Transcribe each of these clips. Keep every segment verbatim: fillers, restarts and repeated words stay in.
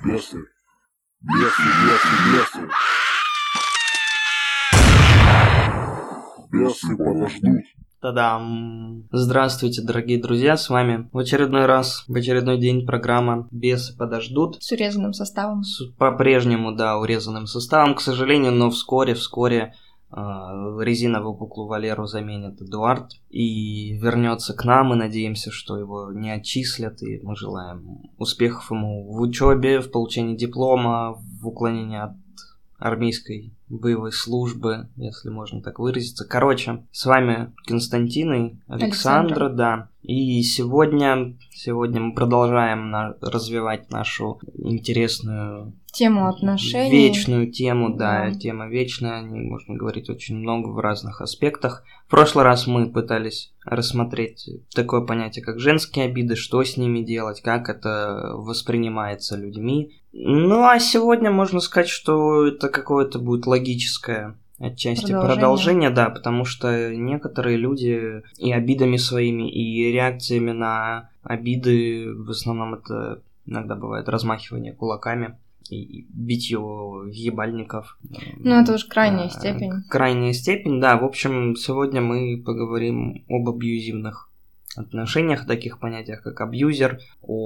Бесы, бесы, бесы, бесы. Бесы подождут. Та-дам! Здравствуйте, дорогие друзья, с вами в очередной раз, в очередной день программа «Бесы подождут». С урезанным составом. С, по-прежнему, да, урезанным составом, к сожалению, но вскоре, вскоре э, резиновую куклу Валеру заменит Эдуард и вернется к нам, и надеемся, что его не отчислят, и мы желаем успехов ему в учебе, в получении диплома, в уклонении от армейской боевой службы, если можно так выразиться. Короче, с вами Константин и Александра, Александра. да. И сегодня, сегодня мы продолжаем на, развивать нашу интересную Тему отношений. Вечную тему, да, Да. тема вечная, о ней можно говорить очень много в разных аспектах. В прошлый раз мы пытались рассмотреть такое понятие, как женские обиды, что с ними делать, как это воспринимается людьми. Ну, а сегодня можно сказать, что это какое-то будет логическое отчасти продолжение. продолжение, да, потому что некоторые люди и обидами своими, и реакциями на обиды, в основном это иногда бывает размахивание кулаками и битье ебальников. Ну, это уж крайняя а, степень. Крайняя степень, да. В общем, сегодня мы поговорим об абьюзивных отношениях, о таких понятиях, как абьюзер,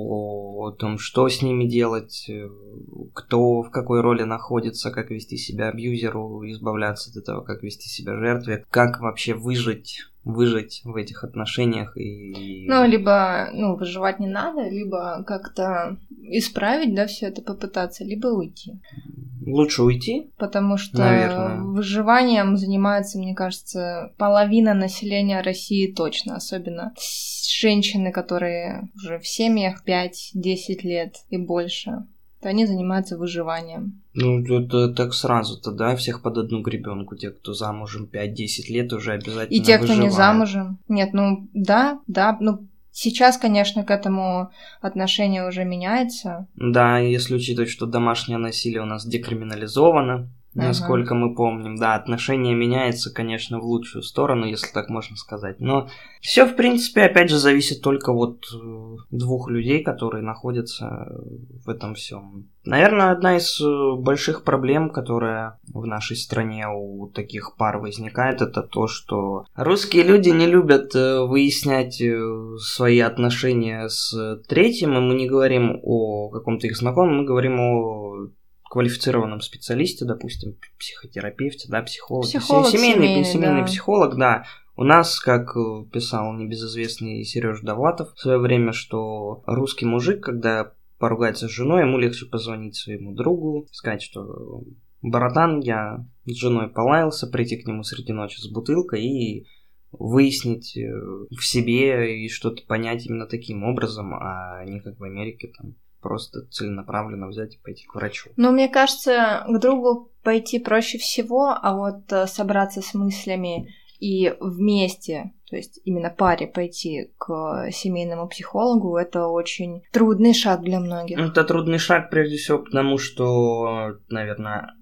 о, о том, что с ними делать, кто в какой роли находится, как вести себя абьюзеру, избавляться от этого, как вести себя жертве, как вообще выжить, выжить в этих отношениях. И... Ну, либо ну, выживать не надо, либо как-то исправить, да, все это попытаться, либо уйти. Лучше уйти, потому что наверное. Выживанием занимается, мне кажется, половина населения России точно, особенно женщины, которые уже в семьях пять-десять лет и больше, то они занимаются выживанием. Ну, это так сразу-то, да, всех под одну гребенку. Те, кто замужем пять-десять лет, уже обязательно И те, кто выживают. не замужем. Нет, ну, да, да, ну, сейчас, конечно, к этому отношение уже меняется. Да, если учитывать, что домашнее насилие у нас декриминализовано, uh-huh. насколько мы помним, да, отношение меняется, конечно, в лучшую сторону, если так можно сказать. Но все, в принципе, опять же, зависит только от двух людей, которые находятся в этом всем. Наверное, одна из больших проблем, которая в нашей стране у таких пар возникает, это то, что русские люди не любят выяснять свои отношения с третьим, и мы не говорим о каком-то их знакомом, мы говорим о квалифицированном специалисте, допустим, психотерапевте, да, психологе. Психолог семейный, семейный, семейный да. психолог, да. У нас, как писал небезызвестный Сережа Довлатов в свое время, что русский мужик, когда поругается с женой, ему легче позвонить своему другу, сказать, что братан, я с женой полаялся, прийти к нему среди ночи с бутылкой и выяснить в себе и что-то понять именно таким образом, а не как в Америке там. Просто целенаправленно взять и пойти к врачу. Ну, мне кажется, к другу пойти проще всего, а вот собраться с мыслями и вместе, то есть именно паре пойти к семейному психологу, это очень трудный шаг для многих. Это трудный шаг, прежде всего, потому что, наверное,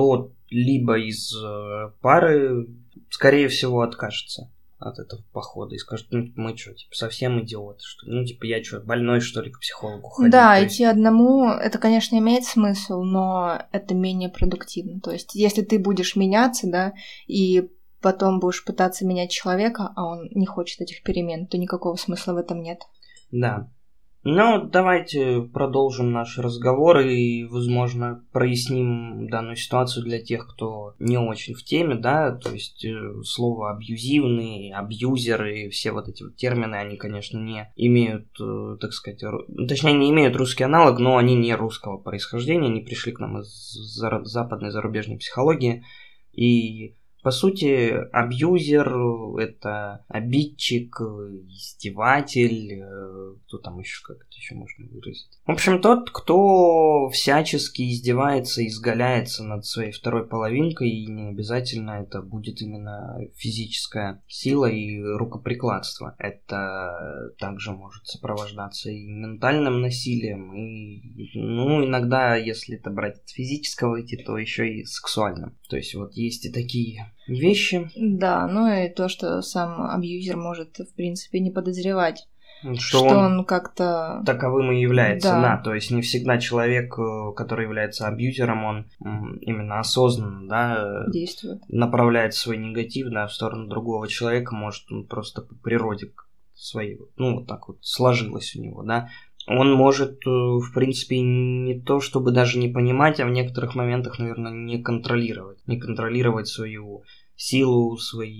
кто-либо из пары, скорее всего, откажется от этого похода и скажет, ну, мы что, типа, совсем идиоты, что ли? Ну, типа, я что, больной, что ли, к психологу ходить? Да, есть... идти одному, это, конечно, имеет смысл, но это менее продуктивно. То есть, если ты будешь меняться, да, и потом будешь пытаться менять человека, а он не хочет этих перемен, то никакого смысла в этом нет. Да. Ну, давайте продолжим наш разговор и, возможно, проясним данную ситуацию для тех, кто не очень в теме, да, то есть слово абьюзивный, абьюзеры, все вот эти вот термины, они, конечно, не имеют, так сказать, точнее, не имеют русский аналог, но они не русского происхождения, они пришли к нам из западной зарубежной психологии, и по сути, абьюзер – это обидчик, издеватель, кто там еще, как это еще можно выразить? В общем, тот, кто всячески издевается, изгаляется над своей второй половинкой, и не обязательно это будет именно физическая сила и рукоприкладство. Это также может сопровождаться и ментальным насилием, и, ну, иногда, если это брать от физического идти, то еще и сексуальным. То есть вот есть и такие вещи. Да, ну и то, что сам абьюзер может, в принципе, не подозревать Что, что он, он как-то... таковым и является, Да. да. То есть не всегда человек, э, который является абьюзером, он м, именно осознанно, да, э, действует. направляет свой негатив, да, в сторону другого человека. Может, он просто по природе своей, ну, вот так вот сложилось у него, да. Он может, э, в принципе, не то чтобы даже не понимать, а в некоторых моментах, наверное, не контролировать. Не контролировать свою силу,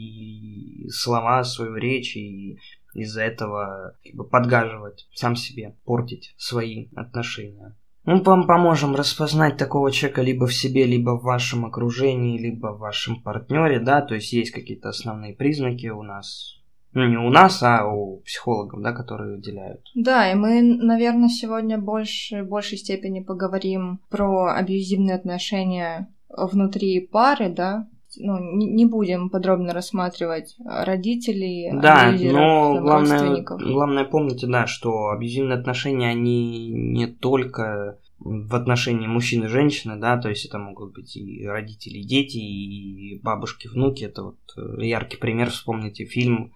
свои слова, свою речь, и из-за этого как бы подгаживать сам себе, портить свои отношения. Мы вам поможем распознать такого человека либо в себе, либо в вашем окружении, либо в вашем партнере, да, то есть есть какие-то основные признаки у нас. Ну, не у нас, а у психологов, да, которые выделяют. Да, и мы, наверное, сегодня больше, в большей степени поговорим про абьюзивные отношения внутри пары, да. Ну, не, не будем подробно рассматривать родителей, Да, абьюзеров, но там, главное, родственников. главное помните, да, что абьюзивные отношения, они не только в отношении мужчин и женщины, да, то есть это могут быть и родители, и дети, и бабушки, внуки. Это вот яркий пример, вспомните фильм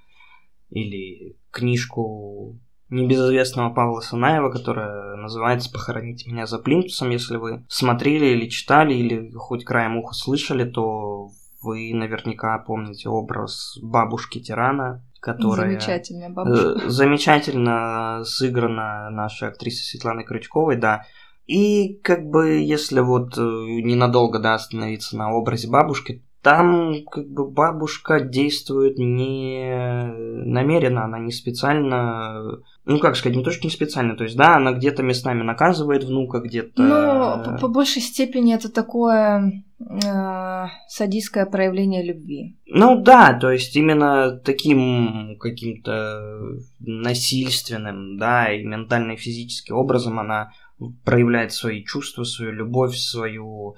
или книжку небезызвестного Павла Санаева, которая называется «Похороните меня за плинтусом». Если вы смотрели или читали, или хоть краем уха слышали, то вы наверняка помните образ бабушки-тирана, которая Замечательная бабушка. э, замечательно сыграна нашей актрисой Светланой Крючковой, да. И как бы если вот э, ненадолго, да, остановиться на образе бабушки, там как бы бабушка действует не намеренно, она не специально, ну как сказать, не то, что не специально, то есть да, она где-то местами наказывает внука, где-то... Ну, по, по большей степени это такое э, садистское проявление любви. Ну да, то есть именно таким каким-то насильственным, да, и ментально и физически образом она проявляет свои чувства, свою любовь, свою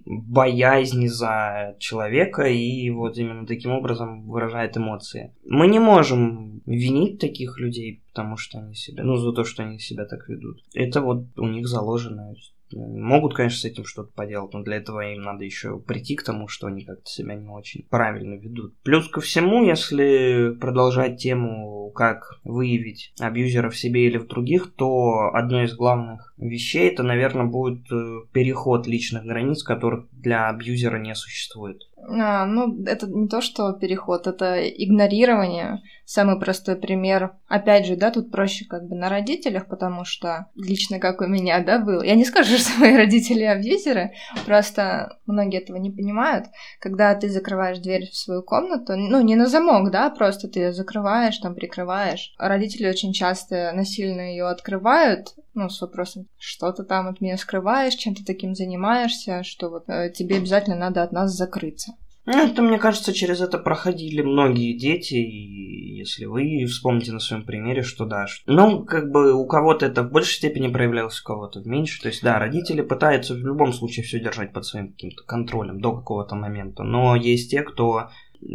боязнь за человека, и вот именно таким образом выражает эмоции. Мы не можем винить таких людей, потому что они себя, ну, за то, что они себя так ведут. Это вот у них заложено. Могут, конечно, с этим что-то поделать, но для этого им надо еще прийти к тому, что они как-то себя не очень правильно ведут. Плюс ко всему, если продолжать тему, как выявить абьюзера в себе или в других, то одной из главных вещей это, наверное, будет переход личных границ, которых для абьюзера не существует. А, ну, это не то, что переход, это игнорирование. Самый простой пример. Опять же, да, тут проще как бы на родителях, потому что лично как у меня, да, был. Я не скажу, что мои родители абьюзеры, просто многие этого не понимают. Когда ты закрываешь дверь в свою комнату, ну, не на замок, да, просто ты ее закрываешь, там, прикрываешь. Родители очень часто насильно ее открывают, ну, с вопросом, что ты там от меня скрываешь, чем ты таким занимаешься, что вот э, тебе обязательно надо от нас закрыться. Ну, это, мне кажется, через это проходили многие дети, и если вы вспомните на своем примере, что да, что... ну, как бы у кого-то это в большей степени проявлялось, у кого-то в меньшей, то есть, да, родители пытаются в любом случае все держать под своим каким-то контролем до какого-то момента, но есть те, кто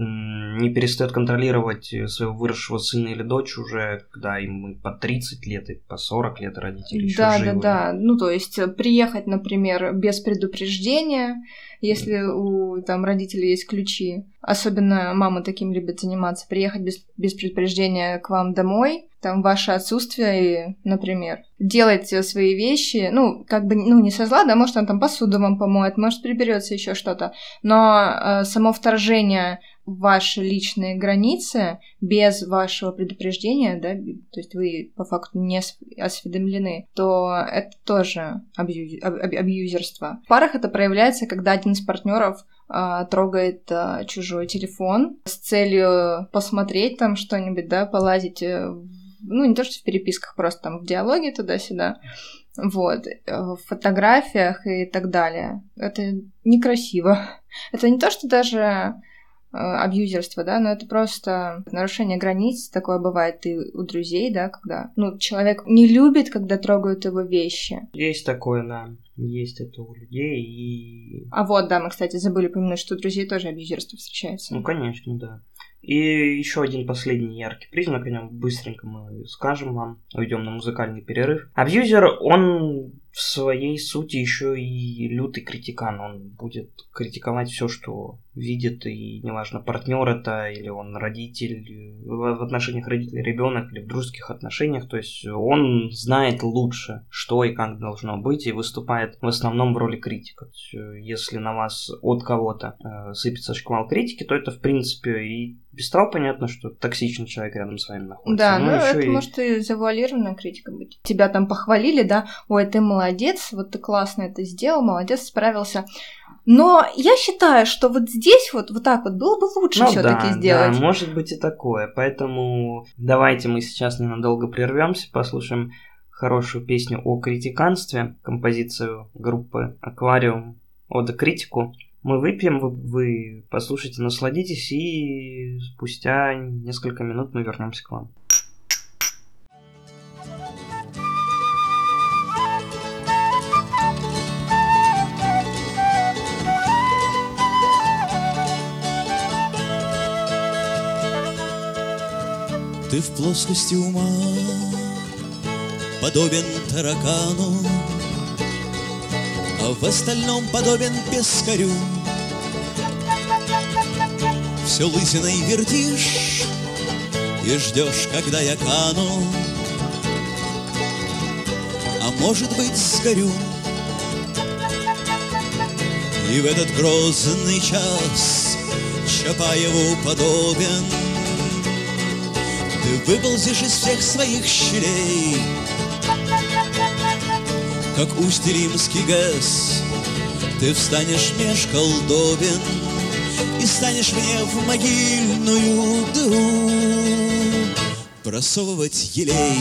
не перестает контролировать своего выросшего сына или дочь уже, когда им по тридцать лет и по сорок лет родители еще да, живы. Да, да, да. Ну, то есть приехать, например, без предупреждения, если у там родителей есть ключи. Особенно мамы таким любят заниматься. Приехать без, без предупреждения к вам домой, там, ваше отсутствие, например. Делать свои вещи, ну, как бы, ну, не со зла, да, может, он там посуду вам помоет, может, приберется еще что-то. Но э, само вторжение в ваши личные границы без вашего предупреждения, да, то есть вы по факту не осведомлены, то это тоже абью... абьюзерство. В парах это проявляется, когда один из партнеров а, трогает а, чужой телефон с целью посмотреть там что-нибудь, да, полазить, ну, не то что в переписках, просто там в диалоге туда-сюда, вот, в фотографиях и так далее. Это некрасиво. Это не то, что даже абьюзерство, да, но это просто нарушение границ, такое бывает и у друзей, да, когда, ну, человек не любит, когда трогают его вещи. Есть такое, да, есть это у людей, и... А вот, да, мы, кстати, забыли упомянуть, что у друзей тоже абьюзерство встречается. Ну, конечно, да. И еще один последний яркий признак, о нем быстренько мы скажем вам, уйдем на музыкальный перерыв. Абьюзер, он в своей сути еще и лютый критикан. Он будет критиковать все, что видит, и неважно, партнер это или он родитель, в отношениях родитель-ребенок или в дружеских отношениях. То есть он знает лучше, что и как должно быть, и выступает в основном в роли критика. Если на вас от кого-то э, сыпется шквал критики, то это в принципе и без того понятно, что токсичный человек рядом с вами находится. Да, ну это и... может и завуалированная критика быть. Тебя там похвалили, да, ой, ты молодец, вот ты классно это сделал, молодец, справился. Но я считаю, что вот здесь вот, вот так вот было бы лучше ну, все-таки да, сделать. Да, может быть и такое. Поэтому давайте мы сейчас ненадолго прервемся, послушаем хорошую песню о критиканстве, композицию группы «Аквариум» «Ода критику». Мы выпьем, вы, вы послушайте, насладитесь, и спустя несколько минут мы вернемся к вам. Ты в плоскости ума подобен таракану, а в остальном подобен пескарю. Все лысиной вертишь и ждешь, когда я кану, а может быть сгорю. И в этот грозный час Чапаеву подобен ты выползешь из всех своих щелей, как Усть-Илимский ГЭС. Ты встанешь меж колдобин и станешь мне в могильную дыру просовывать елей.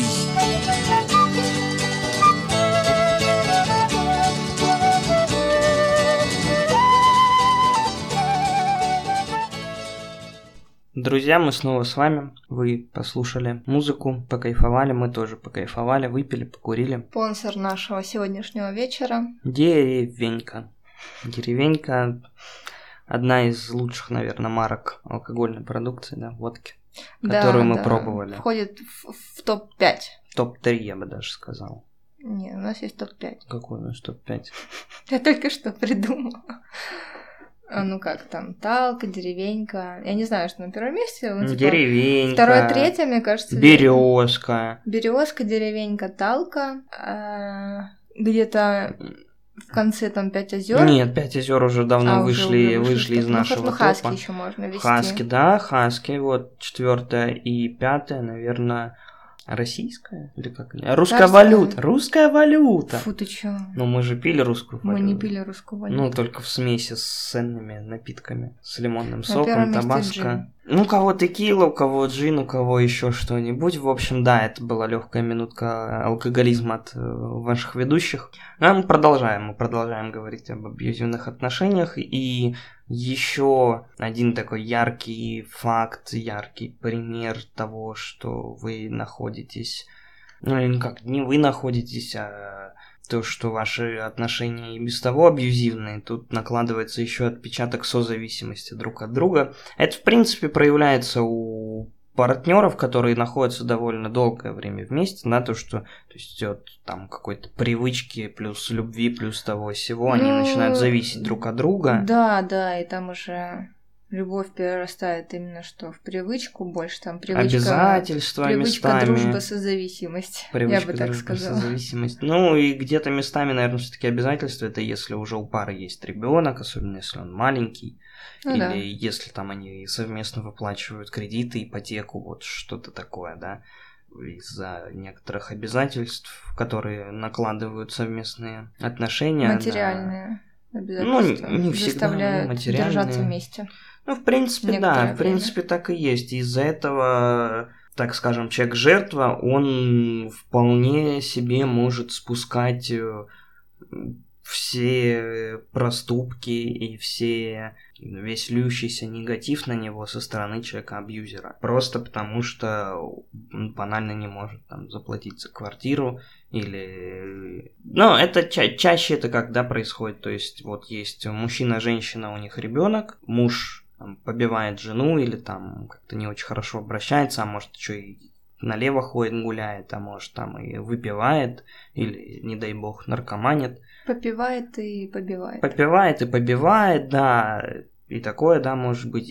Друзья, мы снова с вами. Вы послушали музыку, покайфовали, мы тоже покайфовали, выпили, покурили. Спонсор нашего сегодняшнего вечера. Деревенька. Деревенька – одна из лучших, наверное, марок алкогольной продукции, да, водки, Да, которую мы да. пробовали. Входит в, в топ пять. топ три, я бы даже сказал. Не, у нас есть топ пять. Какой у нас топ пять? Я только что придумала. А ну как там, Талка, Деревенька. Я не знаю, что на первом месте. Ну, типа, Деревенька. Второе, третье, мне кажется. Березка. Березка, Деревенька, Талка. А, где-то в конце там Пять озер. Нет, Пять озер уже давно а, уже, вышли, уже вышли, вышли из ну, нашего ну, топа. Хаски еще можно вести. Хаски, да, Хаски. Вот четвертое и пятое, наверное, российская или как? Русская Царская. валюта. Русская валюта. Фу, ты чё? Но мы же пили русскую Мы валюту. не пили русскую валюту. Ну, только в смеси с ценными напитками. С лимонным На соком, первом месте табаско. джин. Ну, у кого текила, у кого джин, у кого еще что-нибудь. В общем, да, это была легкая минутка алкоголизма от э, ваших ведущих. А мы продолжаем. Мы продолжаем говорить об абьюзивных отношениях. И еще один такой яркий факт, яркий пример того, что вы находитесь... Ну, как, не вы находитесь, а то, что ваши отношения и без того абьюзивные, тут накладывается еще отпечаток созависимости друг от друга. Это, в принципе, проявляется у партнеров, которые находятся довольно долгое время вместе, да, то, что то есть от там какой-то привычки плюс любви плюс того всего, они Ну, начинают зависеть друг от друга. Да, да, и там уже любовь перерастает именно что в привычку, больше там привычка... Обязательства Привычка, местами. дружба, созависимость. Привычка, я бы так дружба, сказала. созависимость. Ну и где-то местами, наверное, все-таки обязательства это если уже у пары есть ребенок, особенно если он маленький, Ну, или да. если там они совместно выплачивают кредиты, ипотеку, вот что-то такое, да, из-за некоторых обязательств, которые накладывают совместные отношения. Материальные да. обязательства Ну, не всегда, заставляют ну, материальные. держаться вместе. Ну, в принципе, Некоторое да, время. в принципе, так и есть. Из-за этого, так скажем, человек-жертва, он вполне себе может спускать э, все проступки и все, весь льющийся негатив на него со стороны человека-абьюзера. Просто потому, что он банально не может там заплатить за квартиру или... Ну, это ча- чаще это когда происходит, то есть вот есть мужчина-женщина, у них ребенок, муж там, побивает жену или там как-то не очень хорошо обращается, а может еще и налево ходит, гуляет, а может там и выпивает, или, не дай бог, наркоманит. Попивает и побивает. Попивает и побивает, да, и такое, да, может быть.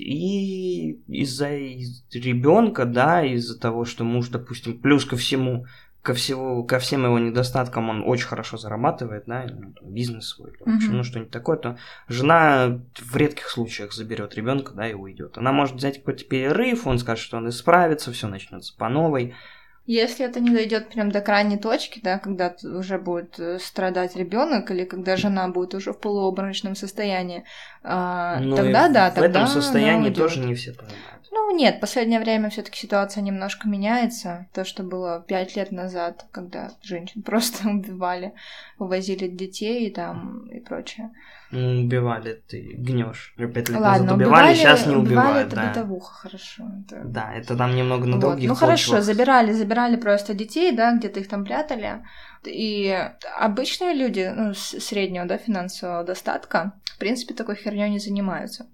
И из-за из ребенка, да, из-за того, что муж, допустим, плюс ко всему, ко всему, ко всем его недостаткам он очень хорошо зарабатывает, да, ну, бизнес свой, или вообще, Мгм. ну, что-нибудь такое, то жена в редких случаях заберет ребенка, да, и уйдет. Она может взять какой-то перерыв, он скажет, что он исправится, все начнется по новой. Если это не дойдет прям до крайней точки, да, когда т- уже будет э, страдать ребенок, или когда жена будет уже в полуобморочном состоянии, а, Но тогда и да, в тогда этом состоянии она тоже уйдет. не все понимают. Ну нет, в последнее время все-таки ситуация немножко меняется. То, что было пять лет назад, когда женщин просто убивали, увозили детей там и прочее. Ну, убивали, ты гнешь. Пять лет Ладно, назад убивали, убивали, сейчас не убивали убивают, это да. бытовуха, хорошо. Это... Да, это там немного на Вот. других Ну хорошо, почвах. забирали, забирали просто детей, да, где-то их там прятали. И обычные люди, ну, с- среднего, да, финансового достатка, в принципе, такой херней не занимаются.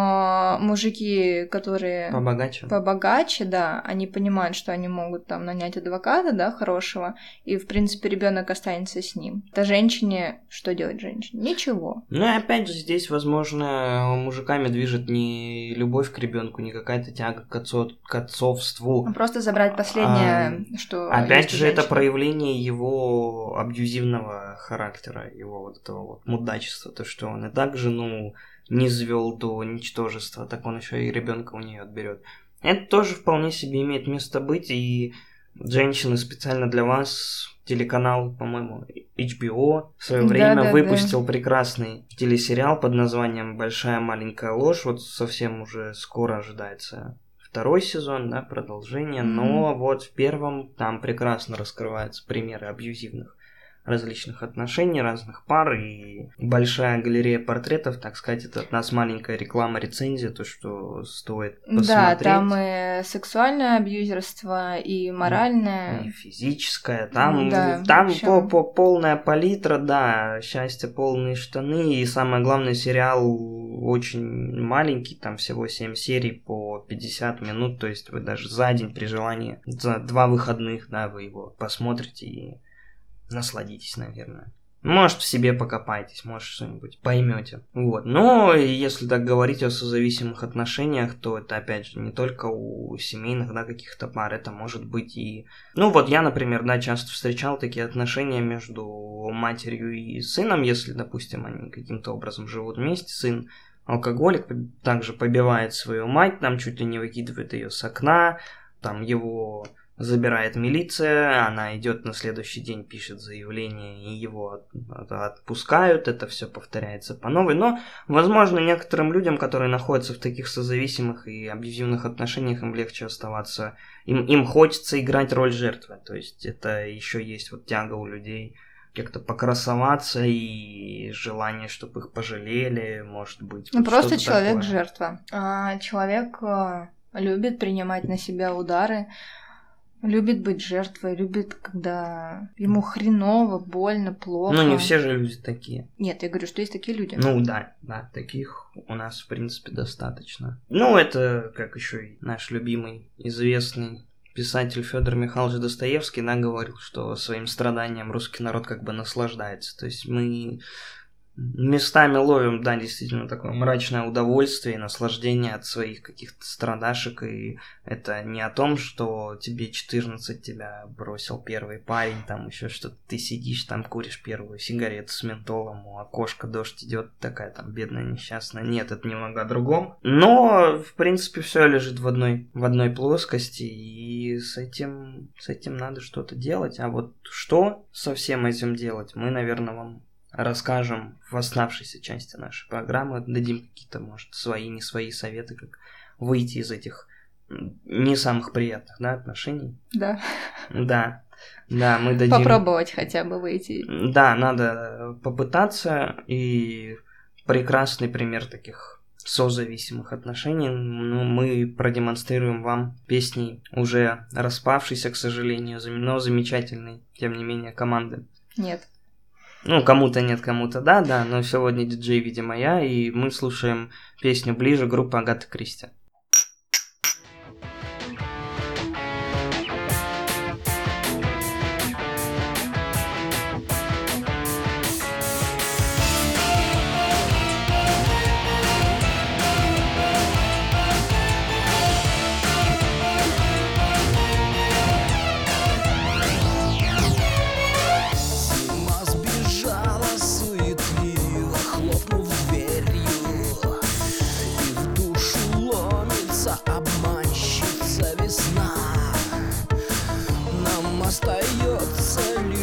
Но мужики, которые Побогаче. побогаче, да, они понимают, что они могут там нанять адвоката, да, хорошего, и, в принципе, ребенок останется с ним. А женщине, что делать женщине? Ничего. Ну и опять же, здесь, возможно, мужиками движет не любовь к ребенку, не какая-то тяга к, отцо- к отцовству. Ну, просто забрать последнее, что Опять есть у же, это женщины. проявление его абьюзивного характера, его вот этого вот мудачества, то, что он и так жену не звел до ничтожества, так он еще и ребенка у нее отберет. Это тоже вполне себе имеет место быть, и женщины специально для вас, телеканал, по-моему, эйч би о в свое Да, время да, выпустил прекрасный телесериал под названием «Большая маленькая ложь», вот совсем уже скоро ожидается второй сезон, да, продолжение, Мгм. но вот в первом там прекрасно раскрываются примеры абьюзивных различных отношений, разных пар, и большая галерея портретов, так сказать, это от нас маленькая реклама, рецензия, то, что стоит посмотреть. Да, там и сексуальное абьюзерство, и моральное. И физическое, там, Да, там в общем. по, по полная палитра, да, счастье, полные штаны, и самое главное, сериал очень маленький, там всего семь серий по пятьдесят минут, то есть вы даже за день при желании, за два выходных, да, вы его посмотрите и насладитесь, наверное. Может, в себе покопайтесь, может, что-нибудь поймете. Вот. Но если так говорить о созависимых отношениях, то это, опять же, не только у семейных, да, каких-то пар, это может быть и... Ну, вот я, например, да, часто встречал такие отношения между матерью и сыном, если, допустим, они каким-то образом живут вместе, сын алкоголик, также побивает свою мать, там чуть ли не выкидывает ее с окна, там его... забирает милиция, она идет на следующий день, пишет заявление, и его от- от- отпускают, это все повторяется по новой. Но, возможно, некоторым людям, которые находятся в таких созависимых и абьюзивных отношениях, им легче оставаться, им, им хочется играть роль жертвы. То есть это еще есть вот тяга у людей как-то покрасоваться и желание, чтобы их пожалели, может быть. Ну, вот просто что-то человек такое. жертва. А человек э, любит принимать на себя удары, любит быть жертвой, любит, когда ему хреново, больно, плохо. Ну, не все же люди такие. Нет, я говорю, что есть такие люди. Ну да, да, таких у нас, в принципе, достаточно. Ну, это, как еще и наш любимый, известный писатель Федор Михайлович Достоевский, да, говорил, что своим страданием русский народ как бы наслаждается. То есть мы местами ловим, да, действительно, такое мрачное удовольствие и наслаждение от своих каких-то страдашек, и это не о том, что тебе четырнадцать, тебя бросил первый парень, там еще что-то, ты сидишь, там куришь первую сигарету с ментолом, у окошка дождь идет, такая там бедная, несчастная. Нет, это немного о другом. Но, в принципе, все лежит в одной, в одной плоскости, и с этим, с этим надо что-то делать. А вот что со всем этим делать, мы, наверное, вам расскажем в оставшейся части нашей программы, дадим какие-то, может, свои, не свои советы, как выйти из этих не самых приятных, да, отношений. Да. Да, да, мы дадим... Попробовать хотя бы выйти. Да, надо попытаться, и прекрасный пример таких созависимых отношений, ну, мы продемонстрируем вам песней уже распавшейся, к сожалению, но замечательной, тем не менее, команды. Нет. Ну, кому-то нет, кому-то да, да, но сегодня диджей, видимо, я, и мы слушаем песню «Ближе» группы Агата Кристи.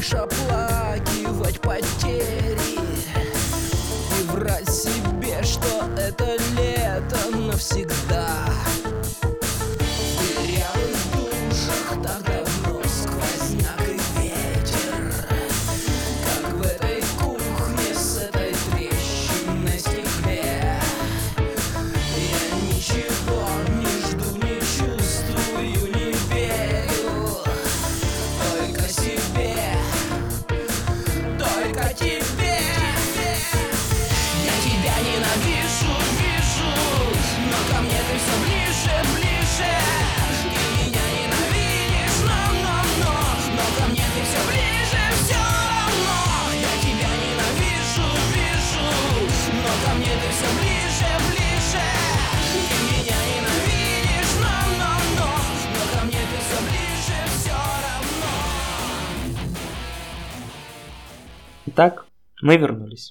лишь оплакивать потери и врать себе, что это лето навсегда. В дырявых душах так давно сквозняк и ветер, как в этой кухне с этой трещиной на стекле. Я ничего не жду, не чувствую, не верю, только себе, только тебе. Я тебя ненавижу, вижу, но ко мне ты все ближе, ближе. Ты меня ненавидишь, но, но, но, но ко мне ты все ближе, все равно. Я тебя ненавижу, вижу, но ко мне ты все ближе, ближе. Ты меня ненавидишь, но, но, но, но ко мне ты все ближе, все равно. Итак, мы вернулись.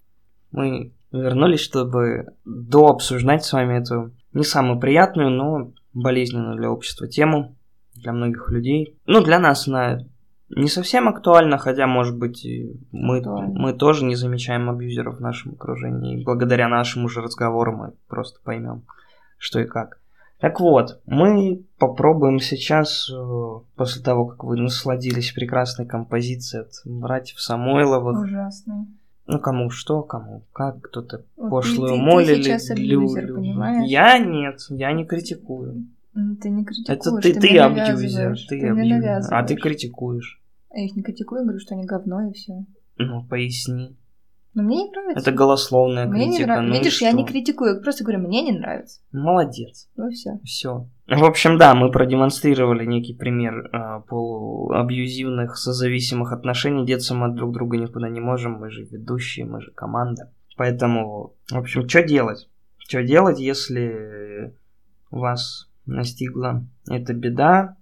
Мы вернулись, чтобы дообсуждать с вами эту не самую приятную, но болезненную для общества тему, для многих людей. Ну, для нас она не совсем актуальна, хотя, может быть, и мы, Актуально. мы тоже не замечаем абьюзеров в нашем окружении. И благодаря нашему же разговору мы просто поймем, что и как. Так вот, мы попробуем сейчас, э, после того, как вы насладились прекрасной композицией от братьев Самойловых, Ужасный. ну, кому что, кому как, кто-то Вот пошлую ты- ты- моль ты или сейчас абьюзер, лю- понимаешь? Я нет, я не критикую. Ну, ты не критикуешь, Это ты, ты, мне абьюзер, навязываешь, ты ты мне абьюзер. А навязываешь. ты критикуешь. Я их не критикую, говорю, что они говно и все. Ну, поясни. Но мне не нравится. Это голословная Мне не критика. нравится. Ну и Видишь, я что? не критикую, я просто говорю, мне не нравится. Молодец. Ну все. Все. В общем, да, мы продемонстрировали некий пример э, полуабьюзивных созависимых отношений. Деться мы от друг друга никуда не можем. Мы же ведущие, мы же команда. Поэтому, в общем, что делать? Что делать, если вас настигла эта беда,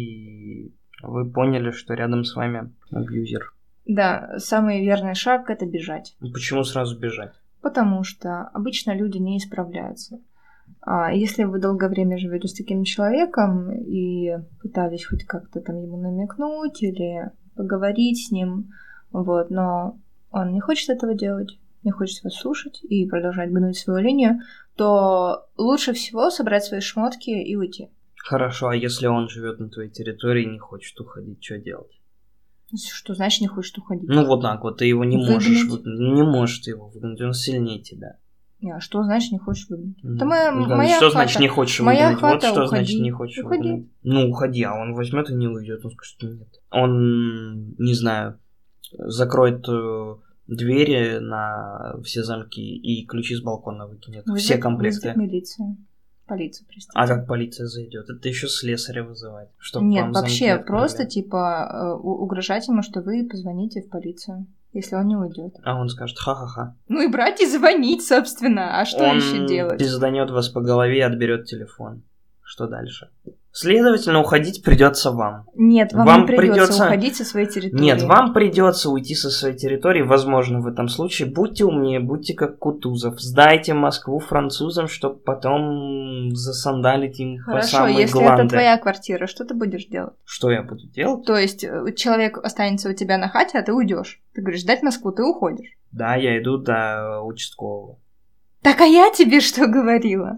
и вы поняли, что рядом с вами абьюзер? Да, самый верный шаг — это бежать. Почему сразу бежать? Потому что обычно люди не исправляются. А если вы долгое время живете с таким человеком и пытались хоть как-то там ему намекнуть или поговорить с ним, вот, но он не хочет этого делать, не хочет вас слушать и продолжать гнуть свою линию, то лучше всего собрать свои шмотки и уйти. Хорошо, а если он живет на твоей территории и не хочет уходить, что делать? Что значит не хочет уходить? Ну вот так вот, ты его не можешь Выгнать. выгнать. Не можешь ты его выгнать, он сильнее тебя. А что значит не хочешь выгнать? Ну, Это моя, да, моя что хата. значит не хочешь Моя выгнать? Вот хата, что уходи. значит не хочешь Уходи. выгнать. Ну, уходи, а он возьмет и не уйдет. Он скажет, что нет. Он, не знаю, закроет э, двери на все замки и ключи с балкона выкинет. Вызовет- все комплекты. вызовет милицию. Полицию, простите. А как полиция зайдет? Это еще слесаря вызывать. Чтоб Нет, вам вообще, замки просто открыли. типа э, у- угрожать ему, что вы позвоните в полицию, если он не уйдет. А он скажет, ха-ха-ха. Ну и брать и звонить, собственно. А что Он еще делать? пизданет вас по голове и отберет телефон. Что дальше? Следовательно, уходить придется вам. Нет, вам, вам не придется придется- уходить со своей территории. Нет, вам придется уйти со своей территории, возможно, в этом случае. Будьте умнее, будьте как Кутузов. Сдайте Москву французам, чтобы потом засандалить им по Хорошо, самые если гланды. это твоя квартира, что ты будешь делать? Что я буду делать? То есть э, человек останется у тебя на хате, а ты уйдешь. Ты говоришь, ждать Москву, ты уходишь. Да, я иду до участкового. Так а я тебе что говорила?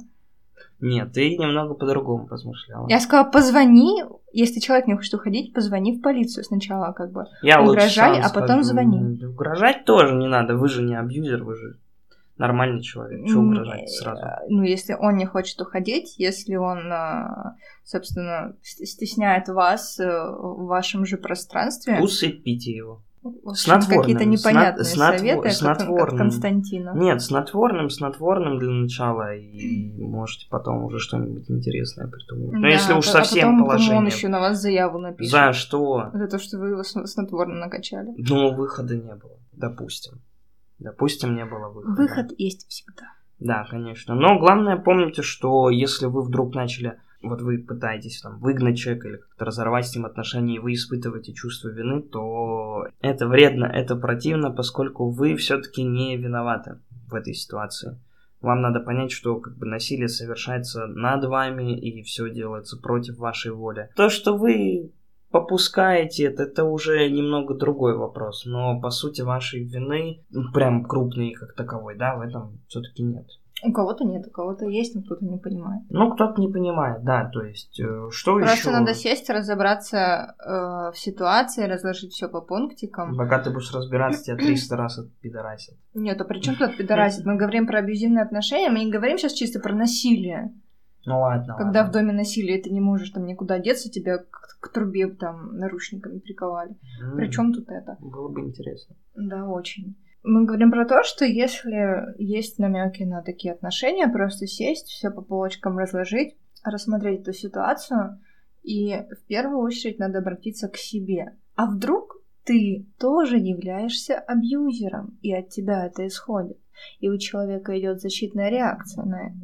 Нет, ты немного по-другому размышляла. Я сказала, позвони, если человек не хочет уходить, позвони в полицию сначала, как бы. Я лучше угрожай, сам а потом скажу. звони. Угрожать тоже не надо, вы же не абьюзер, вы же нормальный человек. Чего М, угрожать сразу? э, Ну, если он не хочет уходить, если он, э, собственно, ст- стесняет вас э, в вашем же пространстве. Усыпите его. В общем, снотворным, какие-то непонятные снат- советы от- снотворным. от Константина. Нет, снотворным, снотворным для начала, и можете потом уже что-нибудь интересное придумать. Но Да, если уж а совсем потом, положение. он еще на вас заяву напишет. За что? За то, что вы его с- снотворно накачали. Ну, выхода не было, допустим. Допустим, не было выхода. Выход есть всегда. Да, конечно. Но главное, помните, что если вы вдруг начали, вот вы пытаетесь там выгнать человека или как-то разорвать с ним отношения, и вы испытываете чувство вины, то это вредно, это противно, поскольку вы все-таки не виноваты в этой ситуации. Вам надо понять, что как бы насилие совершается над вами, и все делается против вашей воли. То, что вы попускаете это, это уже немного другой вопрос. Но, по сути, вашей вины, ну, прям крупной как таковой, да, в этом все-таки нет. У кого-то нет, у кого-то есть, но кто-то не понимает. Ну, кто-то не понимает, да, то есть, э, что еще... Просто надо сесть, разобраться э, в ситуации, разложить все по пунктикам. Пока ты будешь разбираться, тебя триста раз отпидорасят. Нет, а при чем тут пидорасит? Мы говорим про абьюзивные отношения, мы не говорим сейчас чисто про насилие. Ну ладно, Когда ладно. в доме насилие, ты не можешь там никуда деться, тебя к, к трубе там наручниками приковали. М, При чем тут это? Было бы интересно. Да, очень. Мы говорим про то, что если есть намеки на такие отношения, просто сесть, все по полочкам разложить, рассмотреть эту ситуацию, и в первую очередь надо обратиться к себе. А вдруг ты тоже являешься абьюзером, и от тебя это исходит, и у человека идет защитная реакция на это.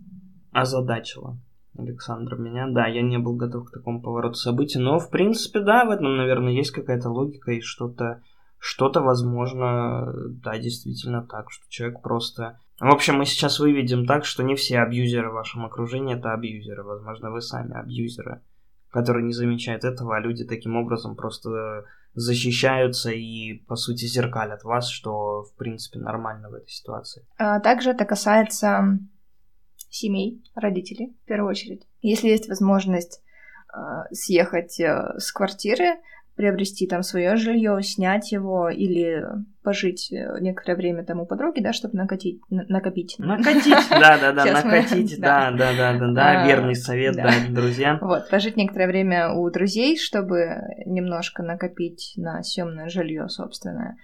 Озадачила Александра меня. Да, я не был готов к такому повороту событий, но, в принципе, да, в этом, наверное, есть какая-то логика и что-то, что-то, возможно, да, действительно так, что человек просто... В общем, мы сейчас выведем так, что не все абьюзеры в вашем окружении — это абьюзеры. Возможно, вы сами абьюзеры, которые не замечают этого, а люди таким образом просто защищаются и, по сути, зеркалят вас, что, в принципе, нормально в этой ситуации. А также это касается семей, родителей, в первую очередь. Если есть возможность э, съехать э, с квартиры, приобрести там свое жилье, снять его или пожить некоторое время там у подруги, да, чтобы накатить, на- накопить. Накатить, да-да-да, Сейчас мы- накатить, да. да-да-да-да, А, верный совет, да. да, друзья. Вот, пожить некоторое время у друзей, чтобы немножко накопить на съемное жилье собственное.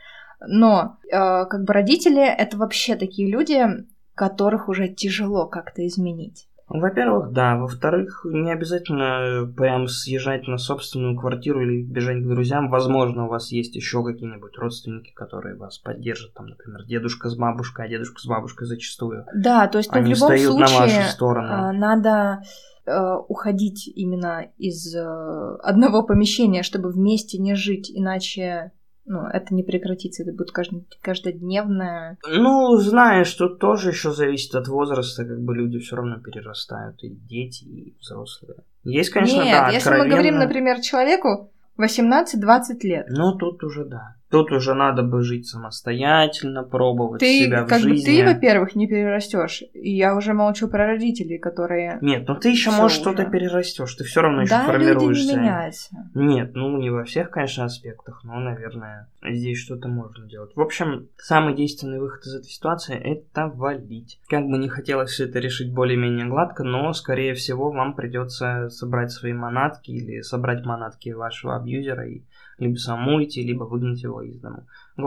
Но э, как бы родители — это вообще такие люди, которых уже тяжело как-то изменить. Во-первых, да. Во-вторых, не обязательно прям съезжать на собственную квартиру или бежать к друзьям. Возможно, у вас есть еще какие-нибудь родственники, которые вас поддержат. Там, например, дедушка с бабушкой, а дедушка с бабушкой зачастую. Да, то есть ну, в Они любом встают на случае вашу сторону. э, надо э, уходить именно из э, одного помещения, чтобы вместе не жить, иначе ну, это не прекратится, это будет кажд- каждодневное. Ну, знаешь, тут тоже еще зависит от возраста, как бы люди все равно перерастают, и дети, и взрослые. Есть, конечно, Нет, да, если мы откровенно- говорим, например, человеку восемнадцать-двадцать лет, Ну, тут уже да. Тут уже надо бы жить самостоятельно, пробовать ты, себя в как бы, жизни. ты, во-первых, не перерастешь. И я уже молчу про родителей, которые... Нет, ну ты еще Всё можешь уже. что-то перерастешь, ты все равно еще Да, люди формируешься. не меняются. Нет, ну не во всех, конечно, аспектах, но, наверное, здесь что-то можно делать. В общем, самый действенный выход из этой ситуации — это валить. Как бы не хотелось все это решить более-менее гладко, но, скорее всего, вам придется собрать свои манатки или собрать манатки вашего абьюзера и либо самому уйти, либо выгнать его из дома.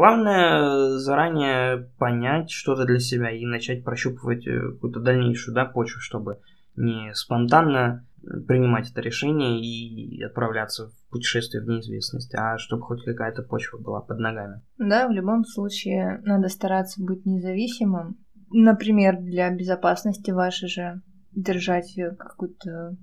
Главное заранее понять что-то для себя и начать прощупывать какую-то дальнейшую, да, почву, чтобы не спонтанно принимать это решение и отправляться в путешествие в неизвестность, а чтобы хоть какая-то почва была под ногами. Да, в любом случае надо стараться быть независимым. Например, для безопасности вашей же держать какую-то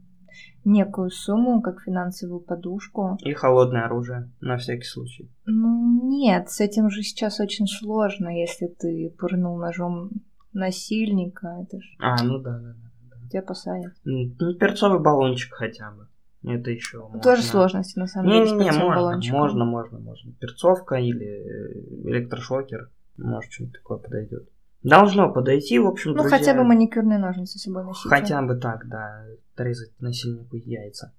некую сумму, как финансовую подушку. И холодное оружие, на всякий случай. Ну, нет, с этим же сейчас очень сложно, если ты пырнул ножом насильника, это же А, ну да, да, да. тебя посадят. Ну, перцовый баллончик хотя бы. Это еще можно. Тоже сложности, на самом деле, с Не-не-не, перцовым можно, баллончиком. можно, можно, можно. Перцовка или электрошокер, может, что-нибудь такое подойдет. Должно подойти, в общем, Ну, друзья. хотя бы маникюрные ножницы с собой носите. Хотя бы так, да, резать насильнику яйца.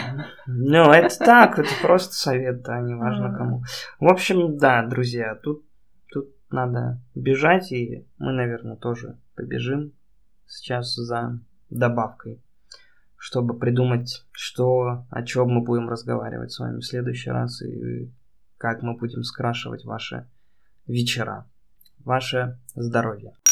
Ну, это так, это просто совет, да, неважно кому. В общем, да, друзья, тут, тут надо бежать, и мы, наверное, тоже побежим сейчас за добавкой, чтобы придумать, что, о чем мы будем разговаривать с вами в следующий раз, и как мы будем скрашивать ваши вечера. Ваше здоровье.